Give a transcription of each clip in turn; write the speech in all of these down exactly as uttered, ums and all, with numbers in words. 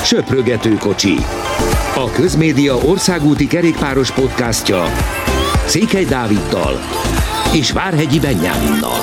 Söprögető kocsi. A Közmédia országúti kerékpáros podcastja Székely Dáviddal és Várhegyi Benyáminnal.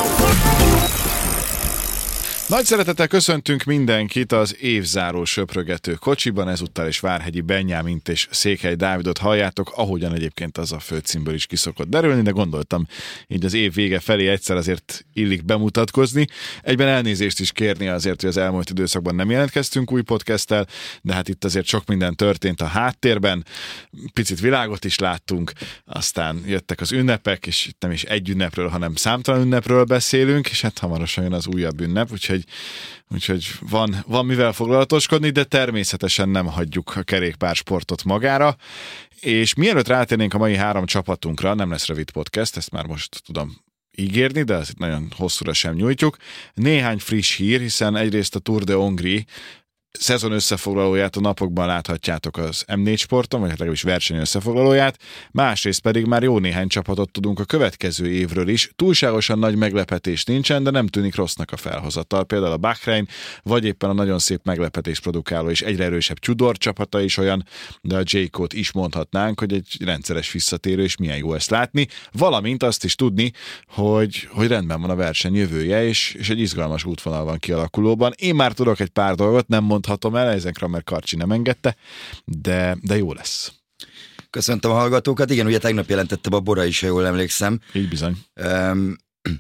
Nagy szeretettel köszöntünk mindenkit az évzáró söprögető kocsiban, ezúttal is Várhegyi Benyámint és Székely Dávidot halljátok, ahogyan egyébként az a főcímből is kiszokott derülni, de gondoltam, így az év vége felé egyszer azért illik bemutatkozni. Egyben elnézést is kérni azért, hogy az elmúlt időszakban nem jelentkeztünk új podcasttel, de hát itt azért sok minden történt a háttérben, picit világot is láttunk, aztán jöttek az ünnepek, és itt nem is egy ünnepről, hanem számtalan ünnepről beszélünk, és hát hamarosan jön az újabb ünnep, úgyhogy Úgyhogy van, van mivel foglalatoskodni, de természetesen nem hagyjuk a kerékpársportot magára. És mielőtt rátérnénk a mai három csapatunkra, nem lesz rövid podcast, ezt már most tudom ígérni, de ezt nagyon hosszúra sem nyújtjuk. Néhány friss hír, hiszen egyrészt a Tour de Hongrie szezon összefoglalóját a napokban láthatjátok az em négy Sporton, vagy legalábbis verseny összefoglalóját, másrészt pedig már jó néhány csapatot tudunk a következő évről is. Túlságosan nagy meglepetés nincsen, de nem tűnik rossznak a felhozatal. Például a Bahrein, vagy éppen a nagyon szép meglepetés produkáló és egyre erősebb Tudor csapata is olyan, de a Jayco-t is mondhatnánk, hogy egy rendszeres visszatérő, és milyen jó ezt látni. Valamint azt is tudni, hogy, hogy rendben van a verseny jövője, és, és egy izgalmas útvonal van kialakulóban. Én már tudok egy pár dolgot, nem mond hatom el, ezekre, mert Karcsi nem engedte, de, de jó lesz. Köszöntöm a hallgatókat. Igen, ugye tegnap jelentette a Bora is, ha jól emlékszem. Így bizony. Um,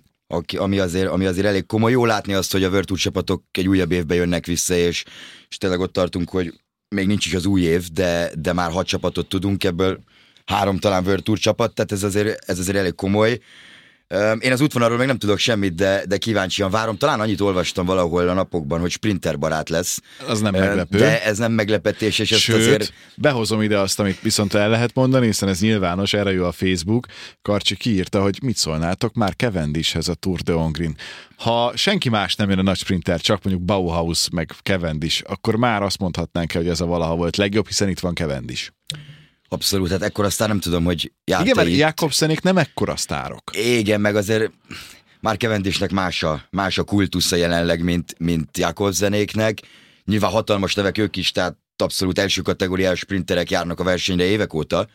ami, azért, ami azért elég komoly. Jó látni azt, hogy a World Tour csapatok egy újabb évben jönnek vissza, és, és tényleg ott tartunk, hogy még nincs is az új év, de, de már hat csapatot tudunk, ebből három talán World Tour csapat, tehát ez azért, ez azért elég komoly. Én az útvonalról még nem tudok semmit, de, de kíváncsian várom. Talán annyit olvastam valahol a napokban, hogy sprinter barát lesz. Az nem meglepő. De ez nem meglepetés, és Sőt, ezt azért... behozom ide azt, amit viszont el lehet mondani, hiszen ez nyilvános, erre jó a Facebook. Karcsi kiírta, hogy mit szólnátok már Cavendishhez a Tour de Hongrin. Ha senki más nem jön a nagy sprinter, csak mondjuk Bauhaus meg Cavendish, akkor már azt mondhatnánk, hogy ez a valaha volt legjobb, hiszen itt van Cavendish. Abszolút, hát ekkor aztán nem tudom, hogy járta. Igen, mert Jakobsenék nem ekkora sztárok. Igen, meg azért már Cavendishnek más a, más a kultusza jelenleg, mint, mint Jakobsenéknek. Nyilván hatalmas nevek ők is, tehát abszolút első kategóriás sprinterek járnak a versenyre évek óta,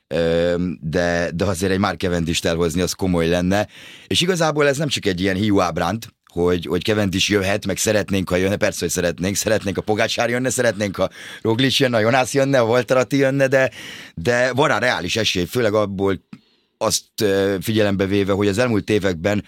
de, de azért egy Mark Cavendisht elhozni az komoly lenne. És igazából ez nem csak egy ilyen hiú ábránd, hogy, hogy Cavendish jöhet, meg szeretnénk, ha jönne, persze, hogy szeretnénk, szeretnénk, a Pogačar jönne, szeretnénk, a Roglic jönne, a Jonas jönne, a Valtarati jönne, de, de van rá reális esély, főleg abból azt figyelembe véve, hogy az elmúlt években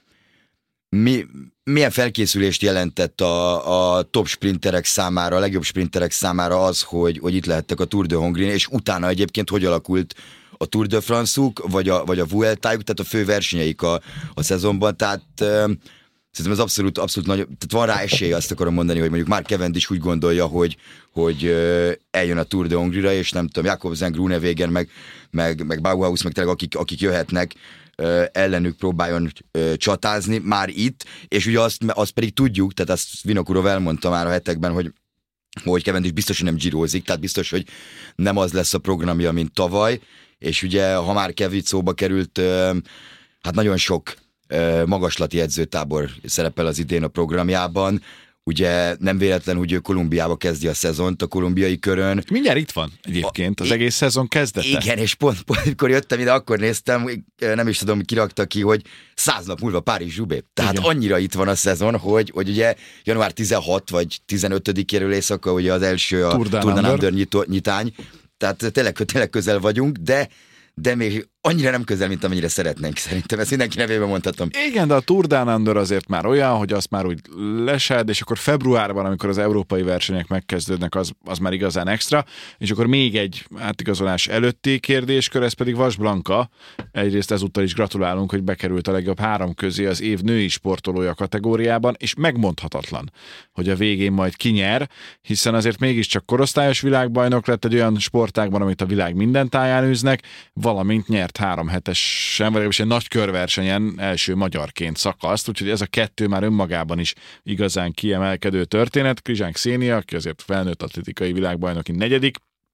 mi, milyen felkészülést jelentett a, a top sprinterek számára, a legjobb sprinterek számára az, hogy, hogy itt lehettek a Tour de Hongrin, és utána egyébként hogy alakult a Tour de France-uk, vagy a, vagy a Vueltájuk, tehát a fő versenyeik a, a szezonban, tehát szerintem ez abszolút, abszolút nagy, tehát van rá esély, azt akarom mondani, hogy mondjuk már Cavendish úgy gondolja, hogy, hogy eljön a Tour de Hongrie-ra, és nem tudom, Jakobsen, Groenewegen, meg, meg, meg Bauhaus, meg tényleg akik, akik jöhetnek, ellenük próbáljon csatázni már itt, és ugye azt, azt pedig tudjuk, tehát azt Vinokurov elmondta már a hetekben, hogy hogy Cavendish biztos, hogy nem gyírozik, tehát biztos, hogy nem az lesz a programja, mint tavaly, és ugye, ha már Kevin szóba került, hát nagyon sok magaslati edzőtábor szerepel az idén a programjában. Ugye nem véletlen, hogy ő Kolumbiába kezdi a szezont, a kolumbiai körön. Mindjárt itt van egyébként, az a, egész szezon kezdete. Igen, és pont, pont amikor jöttem ide, akkor néztem, nem is tudom, kirakta ki, hogy száz nap múlva Párizs-Roubaix. Tehát igen, annyira itt van a szezon, hogy, hogy ugye január tizenhatodika vagy tizenötödikéről éjszaka ugye az első a Tour Down Under nyitány. Tehát tényleg, tényleg közel vagyunk, de de még annyira nem közel, mint amennyire szeretnénk, szerintem. Ezt mindenki nevében mondhatom. Igen, de a Tour Down Under azért már olyan, hogy azt már úgy lesed, és akkor februárban, amikor az európai versenyek megkezdődnek, az, az már igazán extra, és akkor még egy átigazolás előtti kérdéskör, ez pedig Vas Blanka. Egyrészt ezúttal is gratulálunk, hogy bekerült a legjobb három közé az év női sportolója kategóriában, és megmondhatatlan, hogy a végén majd kinyer, hiszen azért mégiscsak korosztályos világbajnok lett egy olyan sportágban, amit a világ minden táján űznek, valamint nyert három hetesen, vagy legalábbis egy nagy körversenyen első magyarként szakaszt, úgyhogy ez a kettő már önmagában is igazán kiemelkedő történet. Krizsán Ksenia, aki azért felnőtt atlétikai világbajnoki negyedik,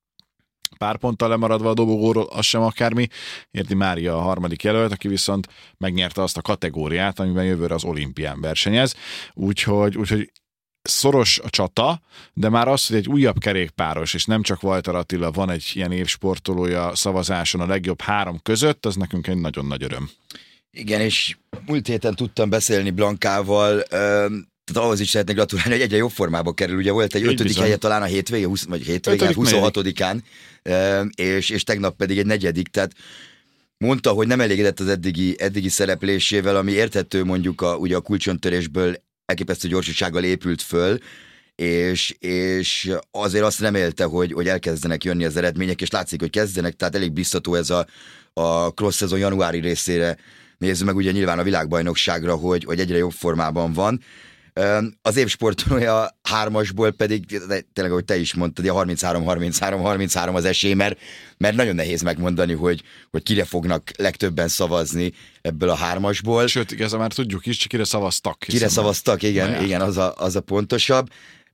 pár ponttal lemaradva a dobogóról, az sem akármi. Érti Mária a harmadik jelölt, aki viszont megnyerte azt a kategóriát, amiben jövőre az olimpián versenyez. Úgyhogy, úgyhogy szoros a csata, de már az, hogy egy újabb kerékpáros, és nem csak Walter Attila van egy ilyen évsportolója szavazáson a legjobb három között, az nekünk egy nagyon nagy öröm. Igen, és múlt héten tudtam beszélni Blankával, tehát ahhoz is szeretnék gratulálni, hogy egyre jobb formába kerül. Ugye volt egy Így ötödik bizony. helye talán a hétvége, húsz, vagy hétvége, huszonhatodikán, és, és tegnap pedig egy negyedik, tehát mondta, hogy nem elégedett az eddigi, eddigi szereplésével, ami érthető mondjuk a, ugye a kulcsontörésből elképesztő gyorsasággal épült föl, és, és azért azt remélte, hogy, hogy elkezdenek jönni az eredmények, és látszik, hogy kezdenek, tehát elég biztató ez a, a cross szezon januári részére. Nézzük meg ugye nyilván a világbajnokságra, hogy, hogy egyre jobb formában van. Az évsportolója hármasból pedig, tényleg, ahogy te is mondtad, a harminchárom harminchárom harminchárom az esély, mert, mert nagyon nehéz megmondani, hogy, hogy kire fognak legtöbben szavazni ebből a hármasból. Sőt, igazán már tudjuk is, csak kire szavaztak. Kire szavaztak, igen, igen, az a, az a pontosabb.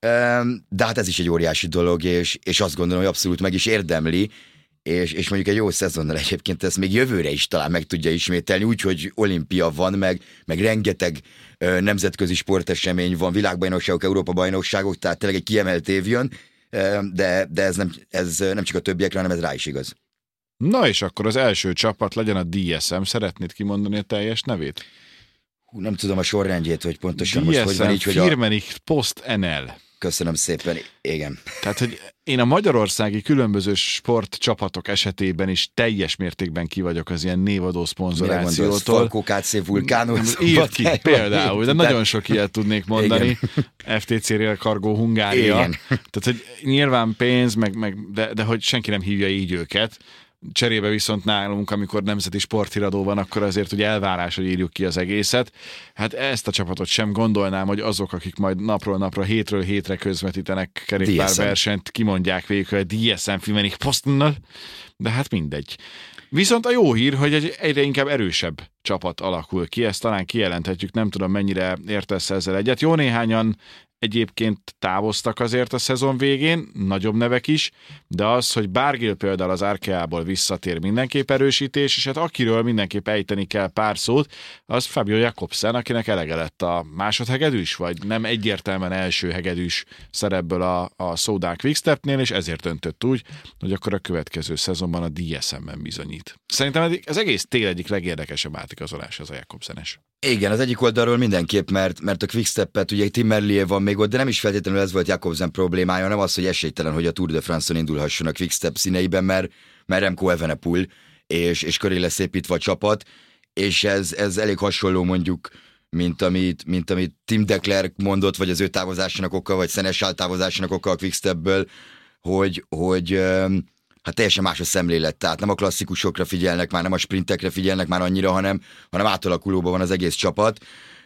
De hát ez is egy óriási dolog, és, és azt gondolom, hogy abszolút meg is érdemli, és, és mondjuk egy jó szezonnal egyébként ezt még jövőre is talán meg tudja ismételni, úgyhogy olimpia van, meg, meg rengeteg ö, nemzetközi sportesemény van, világbajnokságok, Európa-bajnokságok, tehát tényleg egy kiemelt év jön, ö, de, de ez, nem, ez nem csak a többiekre, hanem ez rá is igaz. Na és akkor az első csapat legyen a dé es em, szeretnéd kimondani a teljes nevét? Hú, nem tudom a sorrendjét, hogy pontosan dé es em, most hogy van így, hogy a... Firmenich Post en el. Köszönöm szépen, igen. Tehát, hogy én a magyarországi különböző sportcsapatok esetében is teljes mértékben ki vagyok az ilyen névadó szponzorációtól. Falco ká cé Vulkánus. Írt ki, például, de nagyon sok ilyet tudnék mondani. Igen. ef té cé Rail Cargo Hungária. Igen. Tehát, hogy nyilván pénz, meg, meg, de, de hogy senki nem hívja így őket. Cserébe viszont nálunk, amikor nemzeti sporthíradó van, akkor azért ugye elvárás, hogy írjuk ki az egészet. Hát ezt a csapatot sem gondolnám, hogy azok, akik majd napról napra, hétről hétre közvetítenek kerékpárversenyt, kimondják végül, hogy dé es em Firmenich Postennel, de hát mindegy. Viszont a jó hír, hogy egy egyre inkább erősebb csapat alakul ki, ezt talán kijelenthetjük, nem tudom mennyire értesz ezzel egyet. Jó néhányan egyébként távoztak azért a szezon végén, nagyobb nevek is, de az, hogy Bargiel például az Arkeából visszatér, mindenképp erősítés, és hát akiről mindenképp ejteni kell pár szót, az Fabio Jakobsen, akinek elege lett a másodhegedűs, vagy nem egyértelműen első hegedűs szerepből a, a Soudal Quickstepnél, és ezért döntött úgy, hogy akkor a következő szezonban a dé es em-ben bizonyít. Szerintem az egész tél egyik legérdekesebb átigazolás az a Jakobsenes. Igen, az egyik oldalról mindenképp, mert, mert a Quickstep-et ugye Tim Merlier van még ott, de nem is feltétlenül ez volt Jakobsen problémája, hanem az, hogy esélytelen, hogy a Tour de France-on indulhasson a Quickstep színeiben, mert, mert Remco Evenepoel, és, és köré lesz építve a csapat, és ez, ez elég hasonló mondjuk, mint amit, mint amit Tim de Klerk mondott, vagy az ő távozásának oka, vagy Seneschal távozásának oka a Quickstepből, hogy, hogy hát teljesen más a szemlélet, tehát nem a klasszikusokra figyelnek, már nem a sprintekre figyelnek már annyira, hanem, hanem átalakulóban van az egész csapat.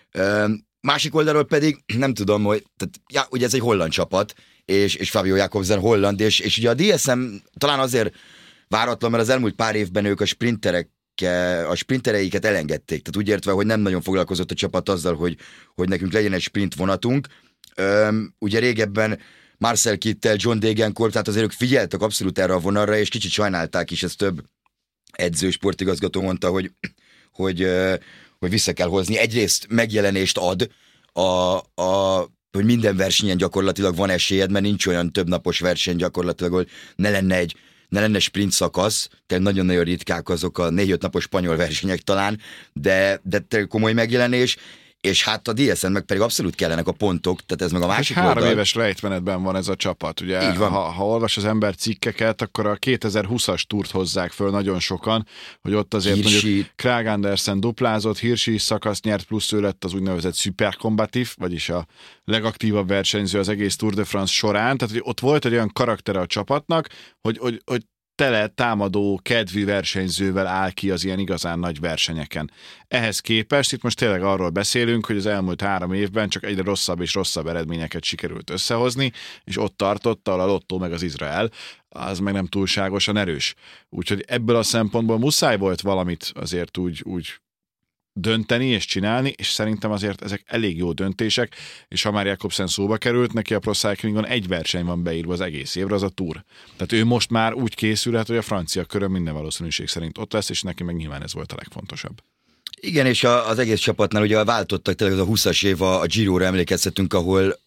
Másik oldalról pedig nem tudom, hogy tehát, ja, ugye ez egy holland csapat, és, és Fabio Jakobsen holland, és, és ugye a dé es em talán azért váratlan, mert az elmúlt pár évben ők a sprinterek a sprintereiket elengedték, tehát úgy értve, hogy nem nagyon foglalkozott a csapat azzal, hogy, hogy nekünk legyen egy sprint vonatunk. Üm, ugye régebben Marcel Kittel, John Degenkolb, tehát azért ők figyeltek abszolút erre a vonalra, és kicsit sajnálták is, ezt több edző, sportigazgató mondta, hogy, hogy, hogy vissza kell hozni. Egyrészt megjelenést ad, a, a, hogy minden versenyen gyakorlatilag van esélyed, mert nincs olyan több napos verseny gyakorlatilag, hogy ne lenne egy ne lenne sprint szakasz, tehát nagyon-nagyon ritkák azok a négy-öt napos spanyol versenyek talán, de, de komoly megjelenés, és hát a dé es em-nek pedig abszolút kellenek a pontok, tehát ez meg a másik három oldal. éves lejtmenetben van ez a csapat, ugye? Így van. Ha, ha olvas az ember cikkeket, akkor a kétezer-húszas túrt hozzák föl nagyon sokan, hogy ott azért Hirschi. mondjuk Krag Andersen duplázott, Hirschi is szakaszt nyert, plusz ő lett az úgynevezett szuperkombatív, vagyis a legaktívabb versenyző az egész Tour de France során, tehát hogy ott volt egy olyan karaktere a csapatnak, hogy, hogy, hogy tele támadó, kedvű versenyzővel áll ki az ilyen igazán nagy versenyeken. Ehhez képest itt most tényleg arról beszélünk, hogy az elmúlt három évben csak egyre rosszabb és rosszabb eredményeket sikerült összehozni, és ott tartott, ahol a Lotto meg az Izrael, az meg nem túlságosan erős. Úgyhogy ebből a szempontból muszáj volt valamit azért úgy, úgy dönteni és csinálni, és szerintem azért ezek elég jó döntések, és ha már Jakobsen szóba került, neki a Pro Cyclingon egy verseny van beírva az egész évre, az a Tour. Tehát ő most már úgy készülhet, hogy a francia körön minden valószínűség szerint ott lesz, és neki meg nyilván ez volt a legfontosabb. Igen, és a, az egész csapatnál ugye váltottak, tényleg az a húszas év a, a Giro-ra emlékezhetünk, ahol,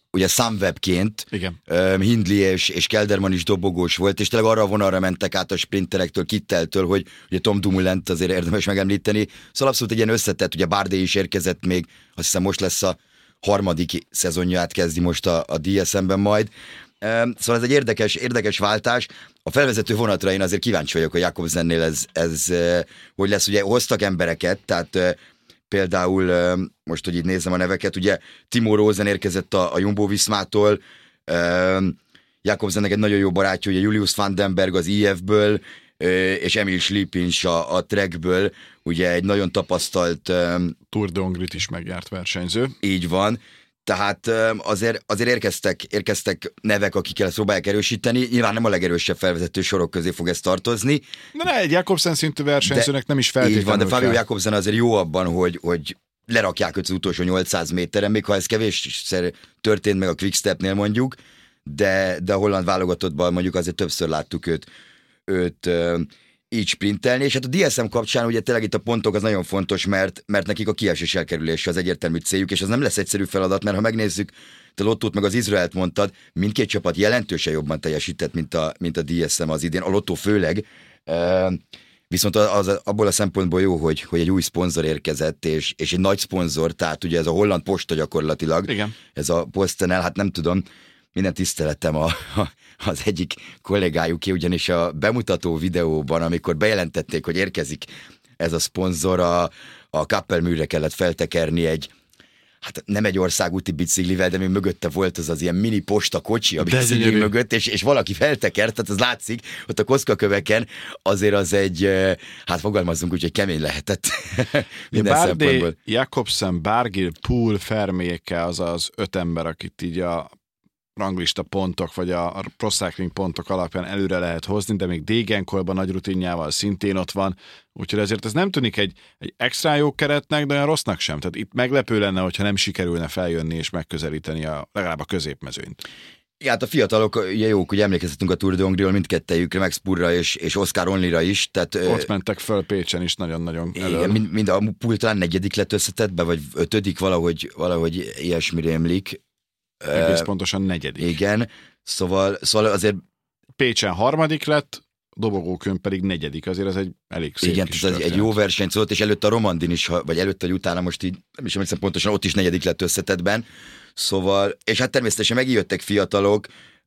ugye Sunwebként Igen. Hindley és, és Kelderman is dobogós volt, és tényleg arra a vonalra mentek át a sprinterektől, Kitteltől, hogy ugye Tom Dumoulin-t azért érdemes megemlíteni. Szóval abszolút egy ilyen összetett, ugye Bardet is érkezett még, azt hiszem most lesz a harmadik szezonját kezdi most a, a dé es em-ben majd. Szóval ez egy érdekes, érdekes váltás. A felvezető vonatra én azért kíváncsi vagyok, hogy Jakobsennél ez, ez hogy lesz. Ugye hoztak embereket, tehát például, most, hogy itt nézem a neveket, ugye Timo Rosen érkezett a, a Jumbo-Viszmától, Jakobsennek egy nagyon jó barátja, ugye Julius van den Berg az i ef-ből, és Emil Schlipins a, a Trekből, ugye egy nagyon tapasztalt... Tour de Hongrit is megjárt versenyző. Így van. Tehát azért, azért érkeztek, érkeztek nevek, akikkel ezt próbálják erősíteni. Nyilván nem a legerősebb felvezető sorok közé fog ez tartozni. De ne, egy Jakobsen szintű versenyzőnek nem is feltétlenül. Így van, de Fabio Jakobsen azért jó abban, hogy, hogy lerakják őt az utolsó nyolcszáz méteren, még ha ez kevésszer történt meg a Quickstepnél mondjuk, de, de a holland válogatottban mondjuk azért többször láttuk őt, őt így sprintelni, és hát a dé es em kapcsán ugye tényleg itt a pontok az nagyon fontos, mert, mert nekik a kiesés elkerülése az egyértelmű céljuk, és az nem lesz egyszerű feladat, mert ha megnézzük, te Lottót meg az Izraelt mondtad, mindkét csapat jelentősen jobban teljesített, mint a, mint a dé es em az idén, a Lottó főleg, e, viszont az, az abból a szempontból jó, hogy, hogy egy új szponzor érkezett, és, és egy nagy szponzor, tehát ugye ez a holland posta gyakorlatilag, igen. Ez a PostNL, hát nem tudom, minden tiszteletem a, a, az egyik kollégájuké, ugyanis a bemutató videóban, amikor bejelentették, hogy érkezik ez a szponzor, a, a Kappelműre kellett feltekerni egy, hát nem egy országúti biciklivel, de még mögötte volt az az ilyen mini posta kocsi a bicikli mögött, és, és valaki feltekert, tehát az látszik, ott a kockaköveken azért az egy, hát fogalmazzunk úgy, hogy kemény lehetett minden Bardet, szempontból. Jakobsen, Bargill, Pool, Vermeeke az az öt ember, akit így a ranglista pontok, vagy a, a Pro Cycling pontok alapján előre lehet hozni, de még Degenkolban nagy rutinjával szintén ott van, úgyhogy ezért ez nem tűnik egy, egy extra jó keretnek, de olyan rossznak sem. Tehát itt meglepő lenne, hogyha nem sikerülne feljönni és megközelíteni a, legalább a középmezőnyt. Ja, hát a fiatalok ugye jók, ugye emlékezhetünk a Tour de Hongrie-ról mindkettejükre, Max Purra és, és Oscar Onlira is. Tehát, ott mentek föl Pécsen is nagyon-nagyon elől. Igen, mind, mind a Pool talán negyedik lett összetettbe, vagy ötödik, valahogy, valahogy ilyesmire emlik. Egész pontosan negyedik. Igen, szóval, szóval azért... Pécsen harmadik lett, dobogókön pedig negyedik, azért ez egy elég szép igen, kis ez egy jó verseny szólt, és előtte a Romandin is, vagy előtte, vagy utána most így, nem is emlékszem pontosan, ott is negyedik lett összetettben, szóval, és hát természetesen megjöttek fiatalok,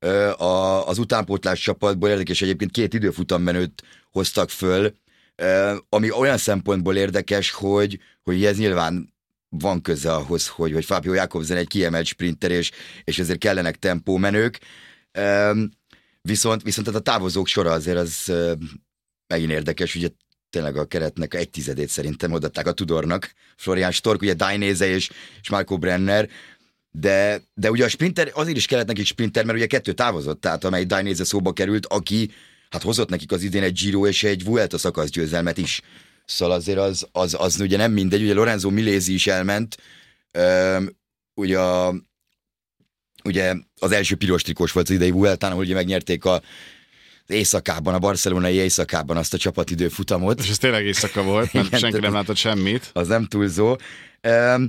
az utánpótlás csapatból, érdekes egyébként két időfutammenőt hoztak föl, ami olyan szempontból érdekes, hogy, hogy ez nyilván van köze ahhoz, hogy, hogy Fabio Jakobsen egy kiemelt sprinter, és, és ezért kellenek tempómenők. Um, viszont, viszont a távozók sora azért az uh, megint érdekes, ugye tényleg a keretnek egy tizedét szerintem odaadták a Tudornak, Florian Stork, ugye Dainese és, és Marco Brenner, de, de ugye a sprinter, azért is kellett nekik sprinter, mert ugye kettő távozott, tehát amely Dainese szóba került, aki hát hozott nekik az idén egy Giro és egy Vuelta szakaszgyőzelmet is. Szóval azért az, az, az ugye nem mindegy, ugye Lorenzo Milesi is elment, Üm, ugye, a, ugye az első piros trikós volt az idei Vueltán, ahol ugye megnyerték a, az éjszakában, a barcelonai éjszakában azt a csapatidő futamot. És ez tényleg éjszaka volt, mert igen, senki nem látott semmit. Az nem túlzó. Üm,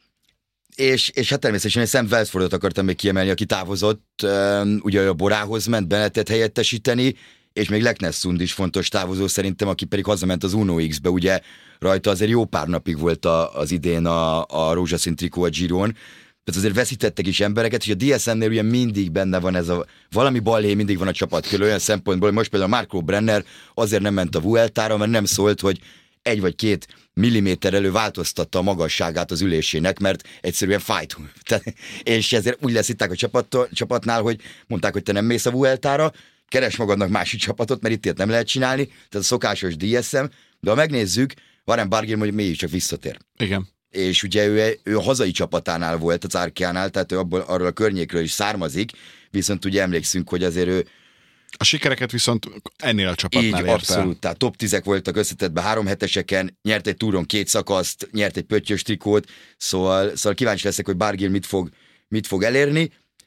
és, és hát természetesen egy Sam Welsfordot akartam még kiemelni, aki távozott, üm, ugye a Borához ment Benettet helyettesíteni, és még Leknessund is fontos távozó szerintem, aki pedig hazament az Uno X-be, ugye rajta azért jó pár napig volt a, az idén a, a rózsaszín trikó a Giron, tehát azért veszítettek is embereket, és a dé es em-nél ugye mindig benne van ez a, valami balhé mindig van a csapat körül, olyan szempontból, hogy most például Marco Brenner azért nem ment a Vueltára, mert nem szólt, hogy egy vagy két milliméter elő változtatta a magasságát az ülésének, mert egyszerűen fájt. És ezért úgy leszitták a csapattól, csapatnál, hogy mondták, hogy te nem mész a Vueltára, keres magadnak másik csapatot, mert itt ilyet nem lehet csinálni, tehát a szokásos dé es em, de ha megnézzük, Warren Barguil mondjuk mégiscsak visszatér. Igen. És ugye ő, ő a hazai csapatánál volt, az Arkeánál, tehát ő abból, arról a környékről is származik, viszont ugye emlékszünk, hogy azért ő... A sikereket viszont ennél a csapatnál így, abszolút, tehát top tízek voltak összetettben három heteseken, nyert egy túron két szakaszt, nyert egy pöttyös trikót, szóval, szóval kíváncsi leszek, hogy Barguil mit fog, mit fog elérni.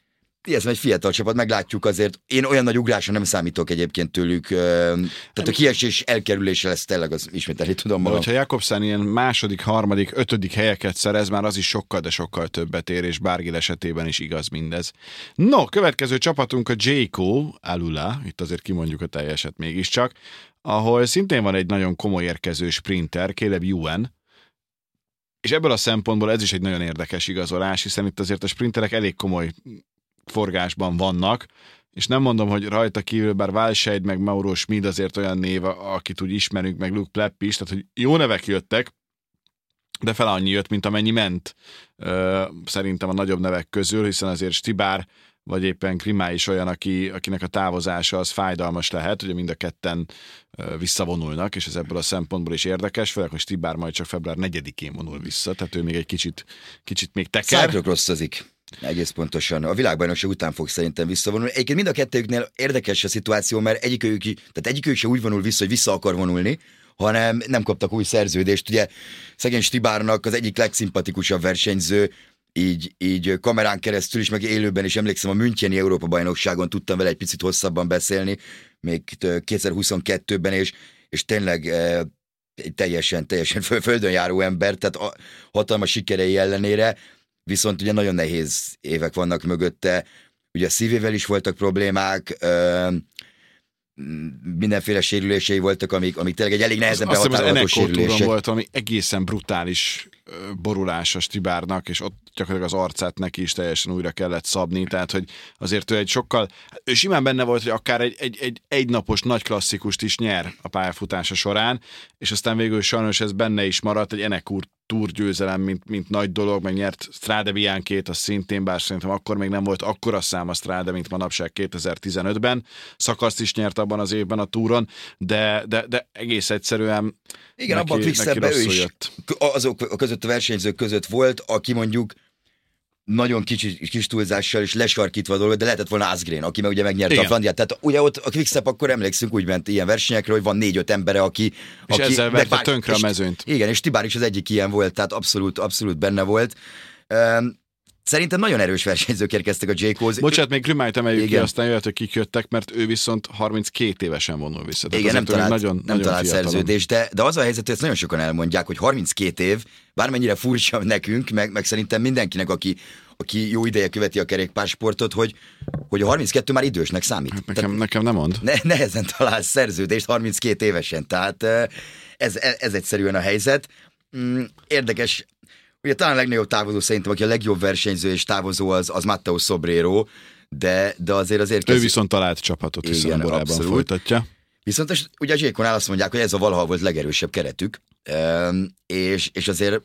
ez egy fiatal csapat, meglátjuk azért. Én olyan nagy ugrásra nem számítok egyébként tőlük. Tehát a kiesés elkerülése lesz tényleg, az ismételni tudom magam. Hogyha Jakobsen ilyen második, harmadik, ötödik helyeket szerez, már az is sokkal, de sokkal többet ér, és Barguil esetében is igaz mindez. No, következő csapatunk a Jayco Alula, itt azért kimondjuk a teljeset mégiscsak, ahol szintén van egy nagyon komoly érkező sprinter, Caleb Ewan, és ebből a szempontból ez is egy nagyon érdekes igazolás, hiszen itt azért a sprinterek elég komoly forgásban vannak, és nem mondom, hogy rajta kívül, bár Walscheid meg Mauro Schmid azért olyan név, akit úgy ismerünk, meg Luke Plepp is, tehát hogy jó nevek jöttek, de fel annyi jött, mint amennyi ment szerintem a nagyobb nevek közül, hiszen azért Stibár vagy éppen Krimá is olyan, aki, akinek a távozása az fájdalmas lehet, ugye mind a ketten visszavonulnak, és ez ebből a szempontból is érdekes, főleg, hogy Stibár majd csak február negyedikén vonul vissza, tehát ő még egy kicsit, kicsit még teker. Cyclocrossozik. Egész pontosan. A világbajnokság után fog szerintem visszavonulni. Egyébként mind a kettőjüknél érdekes a szituáció, mert egyikőjük, tehát egyikőjük se úgy vonul vissza, hogy vissza akar vonulni, hanem nem kaptak új szerződést. Ugye szegény Stibárnak az egyik legszimpatikusabb versenyző, így, így kamerán keresztül is, meg élőben is emlékszem, a Müncheni Európa-bajnokságon tudtam vele egy picit hosszabban beszélni, még kétezer-huszonkettőben, és, és tényleg e, egy teljesen, teljesen földön járó ember, tehát a hatalmas sikerei ellenére, viszont ugye nagyon nehéz évek vannak mögötte, ugye a szívével is voltak problémák, ö, mindenféle sérülései voltak, amik, amik tényleg egy elég nehezen behatárolható sérülések. Volt valami egészen brutális borulás a Stibárnak, és ott gyakorlatilag az arcát neki is teljesen újra kellett szabni, tehát hogy azért ő egy sokkal, ő simán benne volt, hogy akár egy, egy, egy egynapos nagy klasszikust is nyer a pályafutása során, és aztán végül sajnos ez benne is maradt, egy Enekur Tour győzelem, mint, mint nagy dolog, meg nyert Strade Bianchét, az szintén, bár szerintem akkor még nem volt akkora szám a Strade, mint manapság kétezer-tizenötben, szakaszt is nyert abban az évben a túron, de, de, de egész egyszerűen igen, neki, abban a Quickstepben ő is jött. Azok között a versenyzők között volt, aki mondjuk nagyon kicsi, kis túlzással is lesarkítva a dolgot, de lehetett volna Asgreen, aki meg ugye megnyerte igen. a Flandriát. Tehát ugye ott a Quickstep, akkor emlékszünk, úgy ment ilyen versenyekre, hogy van négy-öt embere, aki... És aki, ezzel verte tönkre a mezőnyt. Igen, és Stibár is az egyik ilyen volt, tehát abszolút, abszolút benne volt. Um, Szerintem nagyon erős versenyzők érkeztek a Jaycohoz. Bocsánat, még Grimájt emeljük ki, aztán jöhet, hogy kik jöttek, mert ő viszont harminckét évesen vonul vissza. Tehát igen, nem talált, nagyon, nem nagyon talált szerződést, de, de az a helyzet, hogy ezt nagyon sokan elmondják, hogy harminckét év, bármennyire furcsa nekünk, meg, meg szerintem mindenkinek, aki, aki jó ideje követi a kerékpársportot, hogy, hogy a harminckettő már idősnek számít. Hát nekem, tehát, nekem nem mond. Ne, nehezen találsz szerződést harminckét évesen, tehát ez, ez egyszerűen a helyzet. Érdekes. Ugye talán a legnagyobb távozó szerintem, aki a legjobb versenyző és távozó az, az Matteo Sobrero, de, de azért azért... Ő viszont talált csapatot, hiszen igen, Borában folytatja. Viszont ugye a Jayconál azt mondják, hogy ez a valaha volt legerősebb keretük, és, és azért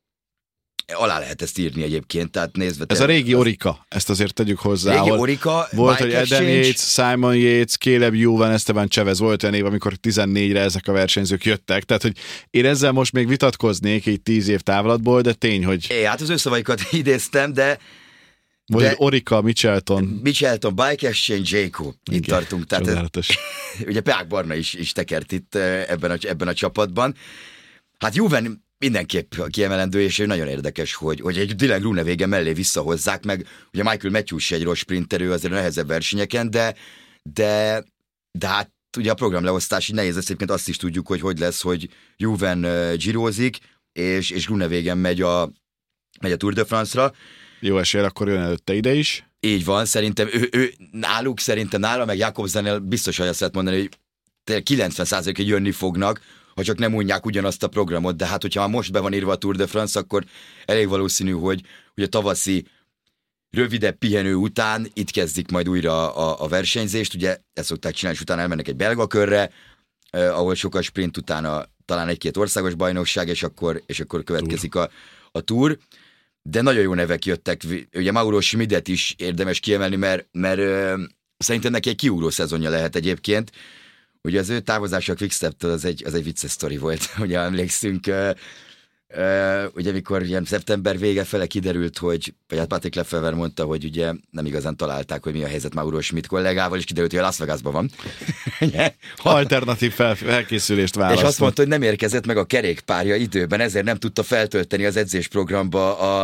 alá lehet ezt írni egyébként, tehát nézve... Ez a régi Orica, ezt azért tegyük hozzá. Régi Orica, volt, hogy Adam Yates, Simon Yates, Caleb Ewan, Esteban Chavez, volt olyan év, amikor tizennégyre ezek a versenyzők jöttek, tehát hogy én ezzel most még vitatkoznék egy tíz év távlatból, de tény, hogy... É, hát az ő szavaikat idéztem, de... Vagy de... Orica, Michelton. Michelton, Bike Exchange, Jayco. Itt tartunk. Tehát, ugye Peák Barna is, is tekert itt ebben a, ebben a csapatban. Hát Juven mindenképp kiemelendő, és nagyon érdekes, hogy, hogy egy Dylan Groenewegen mellé visszahozzák, meg ugye Michael Matthews egy rossz sprinterő azért a nehezebb versenyeken, de, de, de hát ugye a programleosztás így nehéz lesz, egyébként azt is tudjuk, hogy hogy lesz, hogy Juven uh, gyírozik, és, és Groenewegen megy a, megy a Tour de France-ra. Jó esély, akkor jön előtte ide is. Így van, szerintem ő, ő náluk, szerintem nála, meg Jakobsennél biztos, hogy azt lehet mondani, hogy tényleg kilencven százalékig jönni fognak, ha csak nem unják ugyanazt a programot, de hát hogyha már most be van írva a Tour de France, akkor elég valószínű, hogy, hogy a tavaszi rövidebb pihenő után itt kezdik majd újra a, a versenyzést, ugye ezt szokták csinálni, és utána elmennek egy belga körre, eh, ahol sokkal sprint, utána talán egy-két országos bajnokság, és akkor, és akkor következik a, a Tour. De nagyon jó nevek jöttek, ugye Mauro Schmidet is érdemes kiemelni, mert, mert ö, szerintem neki egy kiugró szezonja lehet egyébként. Ugye az ő távozása a Quickstep-től az egy, az egy vicces sztori volt, ugye emlékszünk, ö, ö, ugye mikor ilyen szeptember vége fele kiderült, hogy, vagy hát Patrick Lefevre mondta, hogy ugye nem igazán találták, hogy mi a helyzet Mauro Schmidt kollégával, és kiderült, hogy a Las Vegasban van. Alternatív fel, felkészülést választ. És azt mondta, hogy nem érkezett meg a kerékpárja időben, ezért nem tudta feltölteni az edzésprogramba a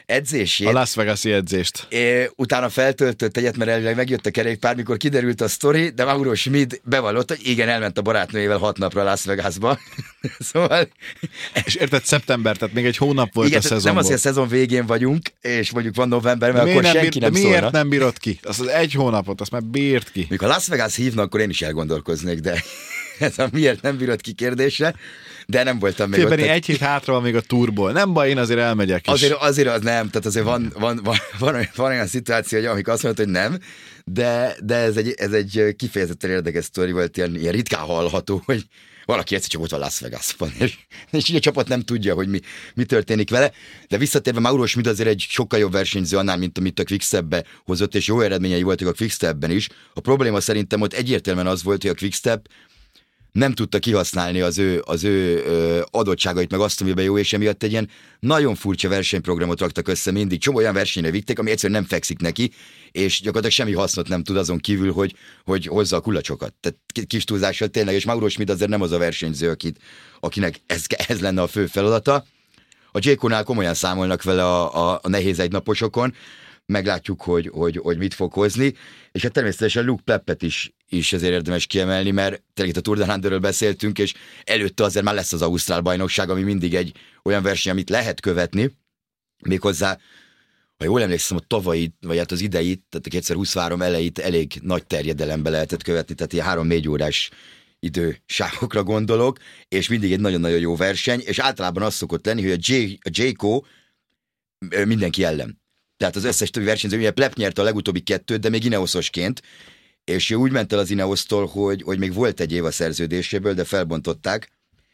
edzését. A Las Vegas-i edzést. É, utána feltöltött egyet, mert elvileg megjött a kerékpár, mikor kiderült a sztori, de Mauro Schmid bevallott, hogy igen, elment a barátnőjével hat napra Las Vegasba. Szóval... És érted, szeptember, tehát még egy hónap volt igen, a szezonból. Nem azért a szezon végén vagyunk, és mondjuk van november, mert akkor nem senki bír, nem de szólna. miért nem bírod ki? Azt az egy hónapot, azt már bírt ki. Mikor Las Vegas hívna, akkor én is elgondolkoznék, de ez a miért nem bírod ki kérdése, de nem voltam még Félbeni ott. egy hét hátra van még a túrból. Nem baj, én azért elmegyek is. Azért, azért az nem, tehát azért van, van, van, van, olyan, van olyan szituáció, hogy amik azt mondod, hogy nem, de, de ez, egy, ez egy kifejezetten érdekes sztori volt, ilyen, ilyen ritkán hallható, hogy valaki egyszer csak ott van Las Vegasban, és, és így a csapat nem tudja, hogy mi, mi történik vele, de visszatérve Mauro Schmid azért egy sokkal jobb versenyző annál, mint amit a Quickstepbe hozott, és jó eredményei voltak a Quickstepben is. A probléma szerintem ott egyértelműen az volt, hogy a Quickstep nem tudta kihasználni az ő, az ő ö, adottságait, meg azt, amiben jó, és emiatt egy ilyen nagyon furcsa versenyprogramot raktak össze mindig. Csomó olyan versenyre vitték, ami egyszerűen nem fekszik neki, és gyakorlatilag semmi hasznot nem tud azon kívül, hogy, hogy hozza a kulacsokat. Tehát kis túlzással tényleg, és Mauro Schmid azért nem az a versenyző, akit, akinek ez, ez lenne a fő feladata. A Jayco-nál komolyan számolnak vele a, a, a nehéz egynaposokon, meglátjuk, hogy, hogy, hogy mit fog hozni, és hát természetesen Luke Pleppet is, is ezért érdemes kiemelni, mert tényleg itt a Tour de Landerről beszéltünk, és előtte azért már lesz az Ausztrál bajnokság, ami mindig egy olyan verseny, amit lehet követni, méghozzá, ha jól emlékszem, a tavalyi, vagy hát az idei, tehát a kétezer-huszonhárom elejét elég nagy terjedelembe lehetett követni, tehát ilyen három-négy órás idősávokra gondolok, és mindig egy nagyon-nagyon jó verseny, és általában az szokott lenni, hogy a, J, a Jayco mindenki ellen. Tehát az összes többi versenyző, ugye Plepp nyerte a legutóbbi kettőt, de még Ineoszosként, és ő úgy ment el az Ineosztól, hogy, hogy még volt egy év a szerződéséből, de felbontották,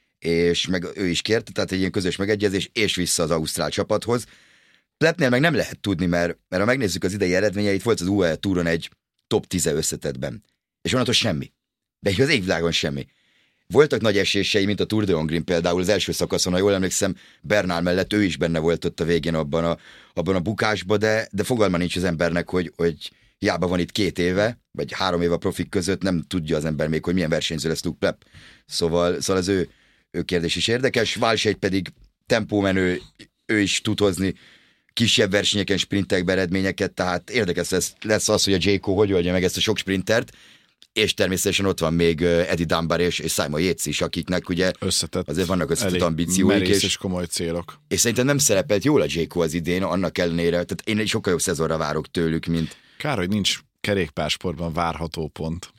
és meg ő is kérte, tehát egy ilyen közös megegyezés, és vissza az ausztrál csapathoz. Pleppnél meg nem lehet tudni, mert, mert ha megnézzük az idei eredményeit, volt az u á é Touron egy top tíz összetettben, és onnantól semmi. De így az égvilágon semmi. Voltak nagy esései, mint a Tour de Hongrin például az első szakaszon, ha jól emlékszem, Bernal mellett ő is benne volt ott a végén abban a, abban a bukásban, de, de fogalma nincs az embernek, hogy, hogy hiába van itt két éve, vagy három éve a profik között, nem tudja az ember még, hogy milyen versenyző lesz Luke Plepp. Szóval, szóval az ő, ő kérdés is érdekes. Walsheid pedig tempómenő, ő is tud hozni kisebb versenyeken, sprintekben eredményeket, tehát érdekes lesz, lesz az, hogy a Jayco hogy oldja meg ezt a sok sprintert, és természetesen ott van még Eddie Dunbar és, és Simon Yates is, akiknek ugye összetett, azért vannak összetett ambícióik. És, és komoly célok. És szerintem nem szerepelt jól a Jayco az idén, annak ellenére, tehát én egy sokkal jobb szezonra várok tőlük, mint... Kár, hogy nincs kerékpársportban várható pont.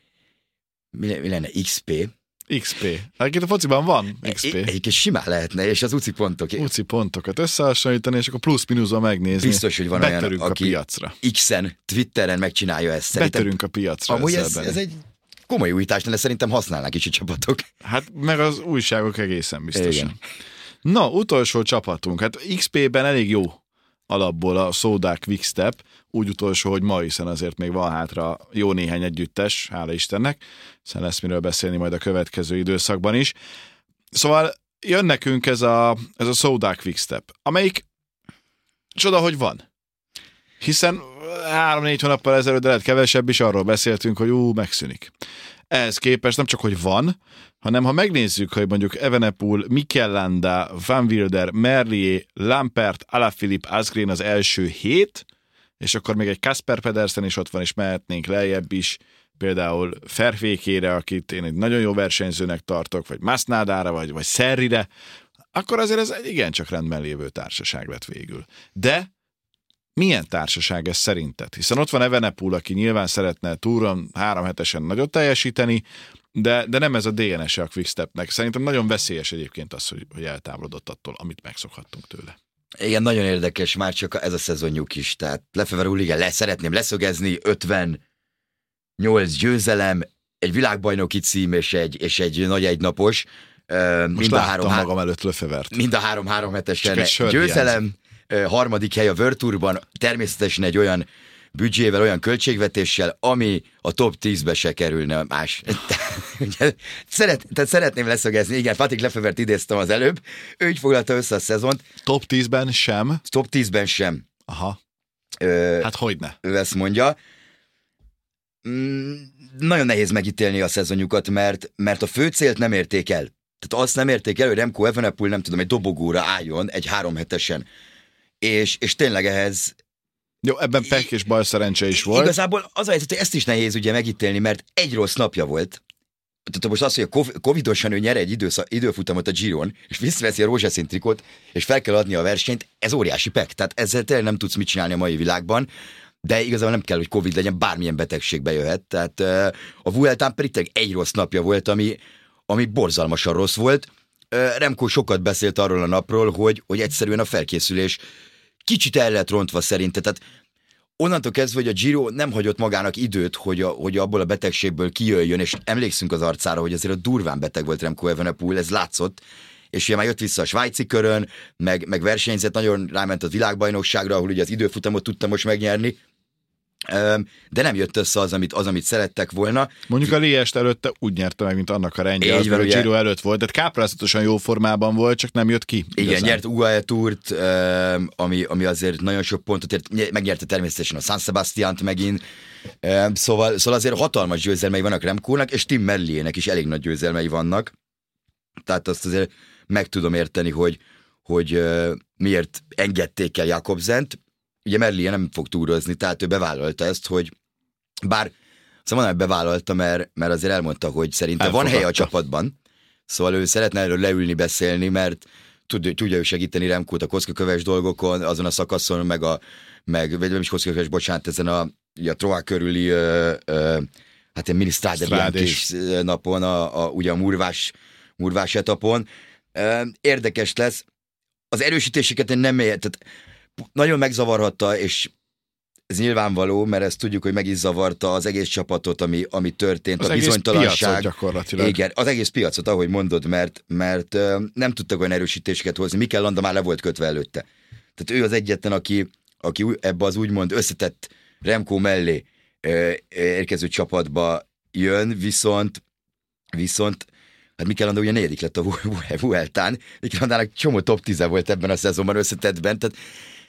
Mi, mi lenne? iksz pé? iksz pé. Egyébként a fociban van iksz pé. Egyébként simán lehetne, és az uci pontok. Uci pontokat összehasonlítani, és akkor plusz-minuszban megnézni. Biztos, hogy van Betörünk olyan, aki a piacra. X-en, Twitteren megcsinálja ezt. Szerintem, Betörünk a piacra. amúgy ez, ez egy komoly újítás, de szerintem használnák is a csapatok. Hát meg az újságok egészen biztosan. Igen. Na, utolsó csapatunk. Hát iksz pében elég jó alapból a Soudal Quickstep, úgy utolsó, hogy ma, hiszen azért még van hátra jó néhány együttes, hála Istennek, hiszen lesz miről beszélni majd a következő időszakban is. Szóval jön nekünk ez a, ez a Soudal Quickstep, amelyik csoda, hogy van. Hiszen három-négy hónappal ezelőtt, de lehet kevesebb is, arról beszéltünk, hogy ú, megszűnik. Ehhez képest nem csak, hogy van, hanem ha megnézzük, hogy mondjuk Evenepoel, Mikel Landa, Van Wilder, Merlier, Lampert, Alaphilippe, Asgreen az első hét, és akkor még egy Kasper Pedersen is ott van, és mehetnénk lejjebb is, például Verveekére, akit én egy nagyon jó versenyzőnek tartok, vagy Masnadára, vagy, vagy Serrire, akkor azért ez egy igencsak rendben lévő társaság lett végül. De milyen társaság ez szerinted? Hiszen ott van Evenepoel, aki nyilván szeretne túron három hetesen nagyot teljesíteni, de, de nem ez a dé en es-e a Quickstepnek. Szerintem nagyon veszélyes egyébként az, hogy, hogy eltávolodott attól, amit megszokhattunk tőle. Igen, nagyon érdekes, már csak ez a szezonjuk is. Tehát Lefevre igen, le, szeretném leszögezni, ötvennyolc győzelem, egy világbajnoki cím és egy, és egy nagy egynapos. Most mind a három, magam előtt Lefevert. Mind a három-három hetesen győzelem. Harmadik hely a World Tourban, természetesen egy olyan büdzsével, olyan költségvetéssel, ami a top tízbe se kerülne más. Szeret, tehát szeretném leszögezni, igen, Patrick Lefevert idéztem az előbb, ő így foglalta össze a szezont. Top tízben sem? Top tízben sem. Aha. Ö, hát hogyne. Ő ezt mondja. Mm, nagyon nehéz megítélni a szezonjukat, mert, mert a fő célt nem érték el. Tehát azt nem érték el, hogy Remco Evenepoel, nem tudom, egy dobogóra álljon egy három hetesen. és, és tényleg ehhez... Jó, ebben pek és bal szerencse is volt. Igazából az a helyzet, hogy ezt is nehéz ugye megítélni, mert egy rossz napja volt. Tehát most az, hogy a covidosan ő nyer egy idősz, időfutamot a Giron, és visszaveszi a rózsaszín trikót, és fel kell adni a versenyt, ez óriási pek. Tehát ezzel tényleg nem tudsz mit csinálni a mai világban, de igazából nem kell, hogy Covid legyen, bármilyen betegség bejöhet. Tehát a Vueltán pedig tényleg egy rossz napja volt, ami, ami borzalmasan rossz volt. Remco sokat beszélt arról a napról, hogy, hogy egyszerűen a felkészülés kicsit el lett rontva szerinte. Tehát onnantól kezdve, hogy a Giro nem hagyott magának időt, hogy, a, hogy abból a betegségből kijöjjön, és emlékszünk az arcára, hogy azért a durván beteg volt Remco Evenepoel, ez látszott, és ugye már jött vissza a svájci körön, meg, meg versenyzett, nagyon ráment a világbajnokságra, ahol ugye az időfutamot tudta most megnyerni, de nem jött össze az, amit, az, amit szerettek volna. Mondjuk a Liest előtte úgy nyerte meg, mint annak a rendje, az, mert a Giro előtt volt, tehát káprázatosan jó formában volt, csak nem jött ki. Igen, igazán. Nyert u á é Tourt, ami, ami azért nagyon sok pontot ért, megnyerte természetesen a San Sebastiánt megint, szóval, szóval azért hatalmas győzelmei vannak Remkónak, és Tim Merliernek is elég nagy győzelmei vannak, tehát azt azért meg tudom érteni, hogy, hogy miért engedték el Jakobsent. Ugye Merlier nem fog túrozni, tehát ő bevállalta ezt, hogy bár szóval mondom, hogy bevállalta, mert, mert azért elmondta, hogy szerintem van helye a csapatban, szóval ő szeretne erről leülni, beszélni, mert tud, tudja ő segíteni Remkót a kockaköves dolgokon, azon a szakaszon, meg a, meg, vagy nem is kockaköves, bocsánat, ezen a, a Troa körüli, ö, ö, hát egy mini Strádés napon, a, a, ugye a murvás, murvás etapon. Érdekes lesz. Az erősítéseket én nem ér, tehát nagyon megzavarhatta, és ez nyilvánvaló, mert ezt tudjuk, hogy meg is zavarta az egész csapatot, ami, ami történt, az a bizonytalanság. Gyakorlatilag. Igen, az egész piacot, ahogy mondod, mert, mert uh, nem tudtak olyan erősítéseket hozni. Mikel Landa már le volt kötve előtte. Tehát ő az egyetlen, aki, aki ebbe az úgymond összetett Remco mellé uh, érkező csapatba jön, viszont viszont hát Mikel Landa ugye negyedik lett a Vueltán. Mikel Landának csomó top tíz volt ebben a szezonban összetettben, tehát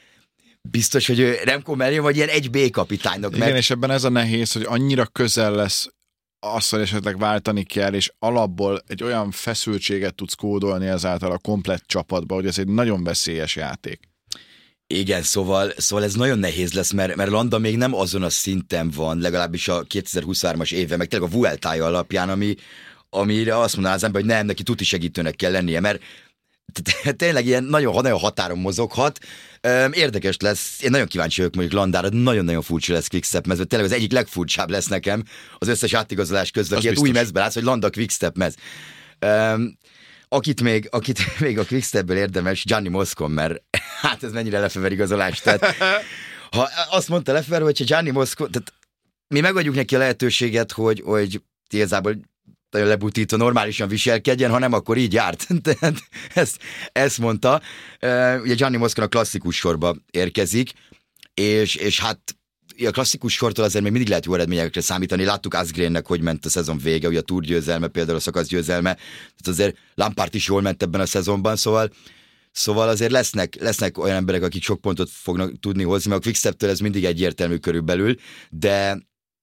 biztos, hogy Remco mellé vagy ilyen egy bé kapitánynak. Igen, mert... és ebben ez a nehéz, hogy annyira közel lesz azt, hogy esetleg váltani kell, és alapból egy olyan feszültséget tudsz kódolni ezáltal a komplett csapatba, hogy ez egy nagyon veszélyes játék. Igen, szóval, szóval ez nagyon nehéz lesz, mert, mert Landa még nem azon a szinten van, legalábbis a kétezer-huszonhármas éve, meg tényleg a Vueltája alapján, ami, amire azt mondaná az ember, hogy nem, neki tuti segítőnek kell lennie, mert tényleg ilyen nagyon, nagyon határon mozoghat. Érdekes lesz, én nagyon kíváncsi vagyok mondjuk Landára, nagyon-nagyon furcsa lesz Quickstep mez, tényleg az egyik legfurcsább lesz nekem az összes átigazolás közül, aki új mezben látsz, hogy Landa Quickstep mez. Um, akit még, akit még a Quickstepből érdemes, Gianni Moscon, mert hát ez mennyire Lefever igazolás. Tehát, ha azt mondta Lefever, hogyha Gianni Moscon, tehát mi megadjuk neki a lehetőséget, hogy, hogy igazából nagyon lebutítva normálisan viselkedjen, ha nem, akkor így járt. Tehát ezt, ezt mondta. Ugye Gianni Moscon a klasszikus sorba érkezik, és, és hát a klasszikus sortól azért még mindig lehet jó eredményekre számítani. Láttuk Asgrennek, hogy ment a szezon vége, ugye a Tour győzelme, például a szakasz győzelme. Tehát azért Lampard is jól ment ebben a szezonban, szóval, szóval azért lesznek, lesznek olyan emberek, akik sok pontot fognak tudni hozni, mert a Quicksteptől ez mindig egyértelmű körülbelül, de,